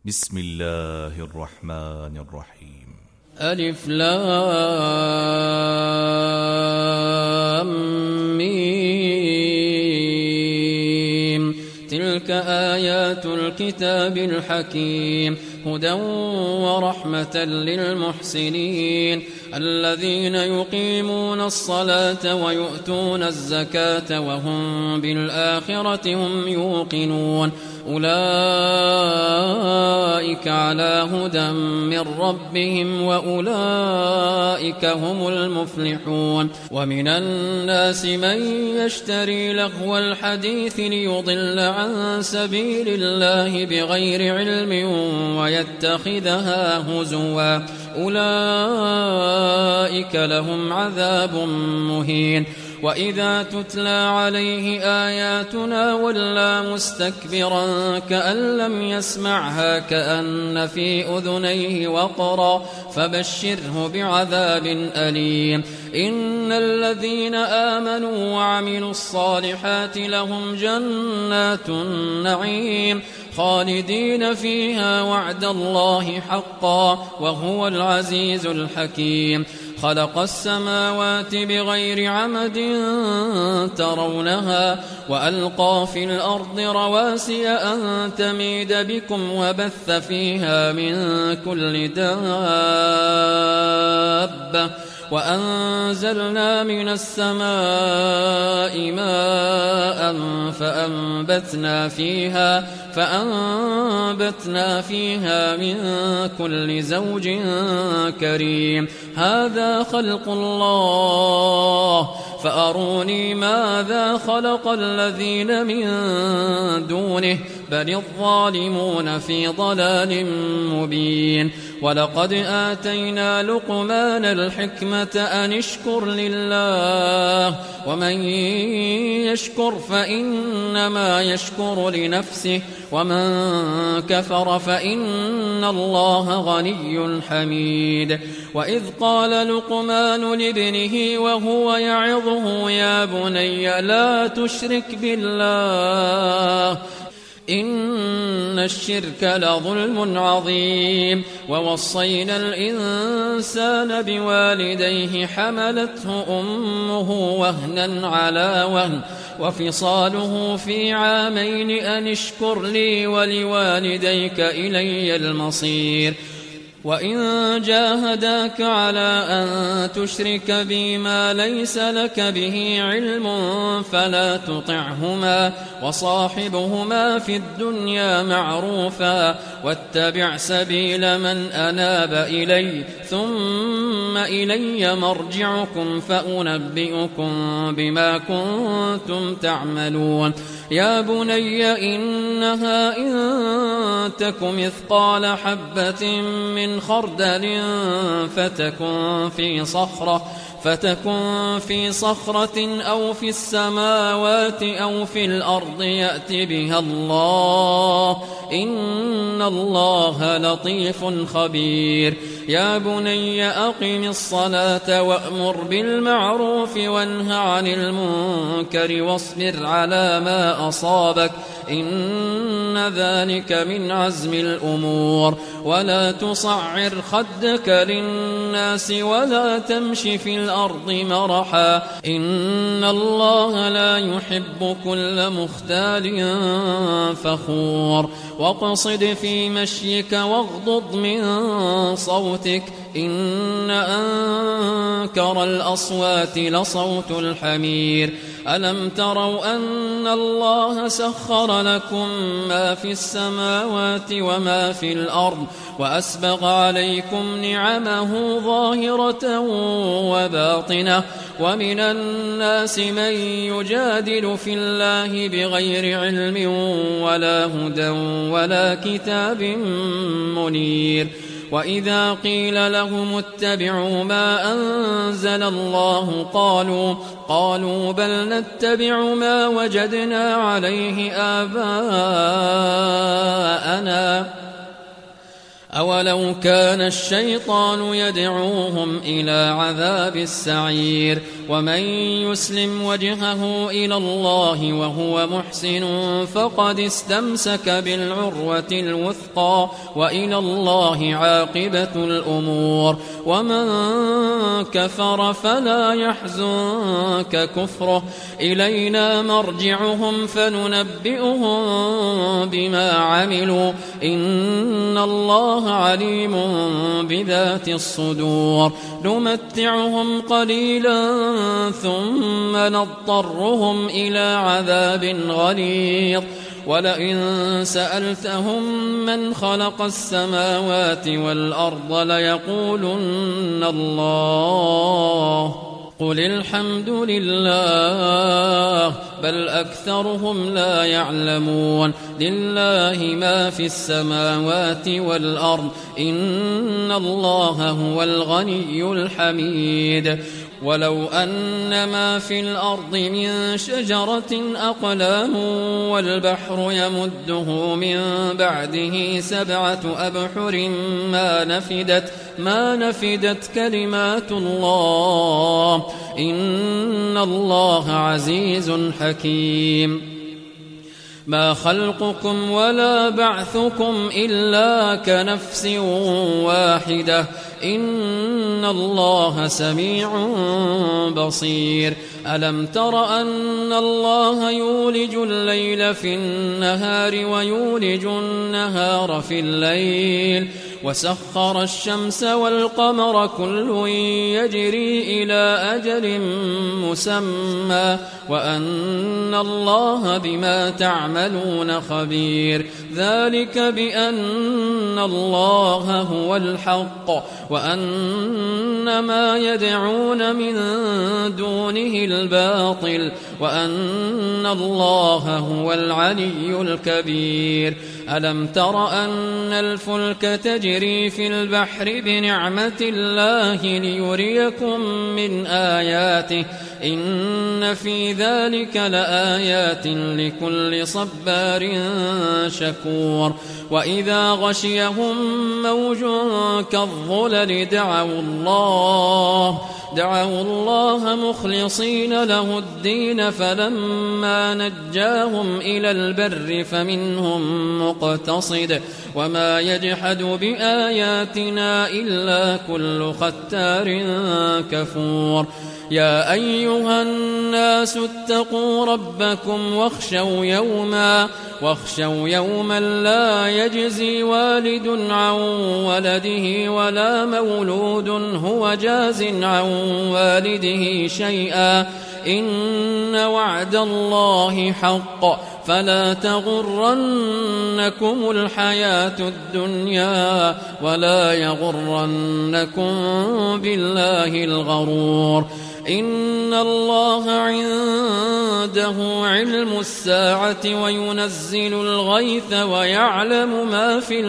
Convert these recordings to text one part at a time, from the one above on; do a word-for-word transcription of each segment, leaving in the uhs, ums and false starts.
بسم الله الرحمن الرحيم. ألف لام ميم. تلك آيات الكتاب الحكيم هدى ورحمة للمحسنين الذين يقيمون الصلاة ويؤتون الزكاة وهم بالآخرة هم يوقنون أولئك على هدى من ربهم وأولئك هم المفلحون. ومن الناس من يشتري لهو الحديث ليضل عن سبيل الله بغير علم ويتخذها هزوا أولئك لهم عذاب مهين. وإذا تتلى عليه آياتنا ولى مستكبرا كأن لم يسمعها كأن في أذنيه وقرا فبشره بعذاب أليم. إن الذين آمنوا وعملوا الصالحات لهم جنات النعيم خالدين فيها وعد الله حقا وهو العزيز الحكيم. خلق السماوات بغير عمد ترونها وألقى في الأرض رواسي أن تميد بكم وبث فيها من كل دابة وأنزلنا من السماء ماء فأنبتنا فيها فأنبتنا فيها من كل زوج كريم. هذا خلق الله فأروني ماذا خلق الذين من دونه بل الظالمون في ضلال مبين. ولقد آتينا لقمان الحكمة أن اشكر لله ومن يشكر فإنما يشكر لنفسه ومن كفر فإن الله غني حميد. وإذ قال لقمان لابنه وهو يعظه يا بني لا تشرك بالله إن الشرك لظلم عظيم. ووصينا الإنسان بوالديه حملته أمه وهنا على وهن وفصاله في عامين أن اشكر لي ولوالديك إلي المصير. وإن جاهداك على أن تشرك بي ما ليس لك به علم فلا تطعهما وصاحبهما في الدنيا معروفا واتبع سبيل من أناب إلي ثم إلي مرجعكم فأنبئكم بما كنتم تعملون. يا بني إنها إن تك مثقال حبة من خردل فتكن في صخرة فتكن في صخرة أو في السماوات أو في الأرض يأت بها الله إن الله لطيف خبير. يا بني أقم الصلاة وأمر بالمعروف وانه عن المنكر واصبر على ما أصابك إن ذلك من عزم الأمور. ولا تصعر خدك للناس ولا تمش في الأرض مرحا إن الله لا يحب كل مختال فخور. واقصد في مشيك واغضض من صوتك إن أنكر الأصوات لصوت الحمير. ألم تروا أن الله سخر لكم ما في السماوات وما في الأرض وأسبغ عليكم نعمه ظاهرة وباطنة ومن الناس من يجادل في الله بغير علم ولا هدى ولا كتاب منير. وإذا قيل لهم اتبعوا ما أنزل الله قالوا قالوا بل نتبع ما وجدنا عليه آباءنا أولو كان الشيطان يدعوهم إلى عذاب السعير ومن يسلم وجهه إلى الله وهو محسن فقد استمسك بالعروة الوثقى وإلى الله عاقبة الأمور ومن كفر فلا يحزنك كفره إلينا مرجعهم فننبئهم بما عملوا إن الله عليم بذات الصدور نمتعهم قليلا ثم نضطرهم إلى عذاب غليظ ولئن سألتهم من خلق السماوات والأرض ليقولن الله قل الحمد لله بل أكثرهم لا يعلمون لله ما في السماوات والأرض إن الله هو الغني الحميد ولو أن ما في الأرض من شجرة أقلام والبحر يمده من بعده سبعة أبحر ما نفدت ما نفدت كلمات الله إن الله عزيز حكيم ما خلقكم ولا بعثكم إلا كنفس واحدة إن الله سميع بصير ألم تر أن الله يولج الليل في النهار ويولج النهار في الليل وسخر الشمس والقمر كل يجري إلى أجل مسمى وأن الله بما تعملون خبير ذلك بأن الله هو الحق وأن ما يدعون من دونه الباطل وأن الله هو العلي الكبير ألم تر أن الفلك تجري في البحر بنعمة الله ليريكم من آياته إن في ذلك لآيات لكل صبار شكور وإذا غشيهم موج كالظلل دعوا الله دعوا الله مخلصين له الدين فلما نجاهم إلى البر فمنهم مقتصد وما يجحد بآياتنا إلا كل ختار كفور يا أيها الناس اتقوا ربكم واخشوا يوما واخشوا يوما لا يجزي والد عن ولده ولا مولود هو جاز عن والده شيئا إن وعد الله حق فلا تغرنكم الحياة الدنيا ولا يغرنكم بالله الغرور إن الله عنده علم الساعة وينزل الغيث ويعلم ما في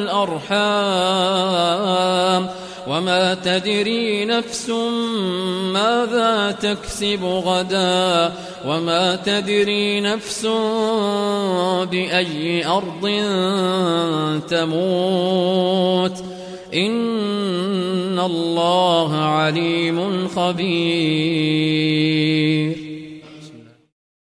الأرحام وما تدري نفس ماذا تكسب غدا وما تدري نفس بأي أرض تموت إن الله عليم خبير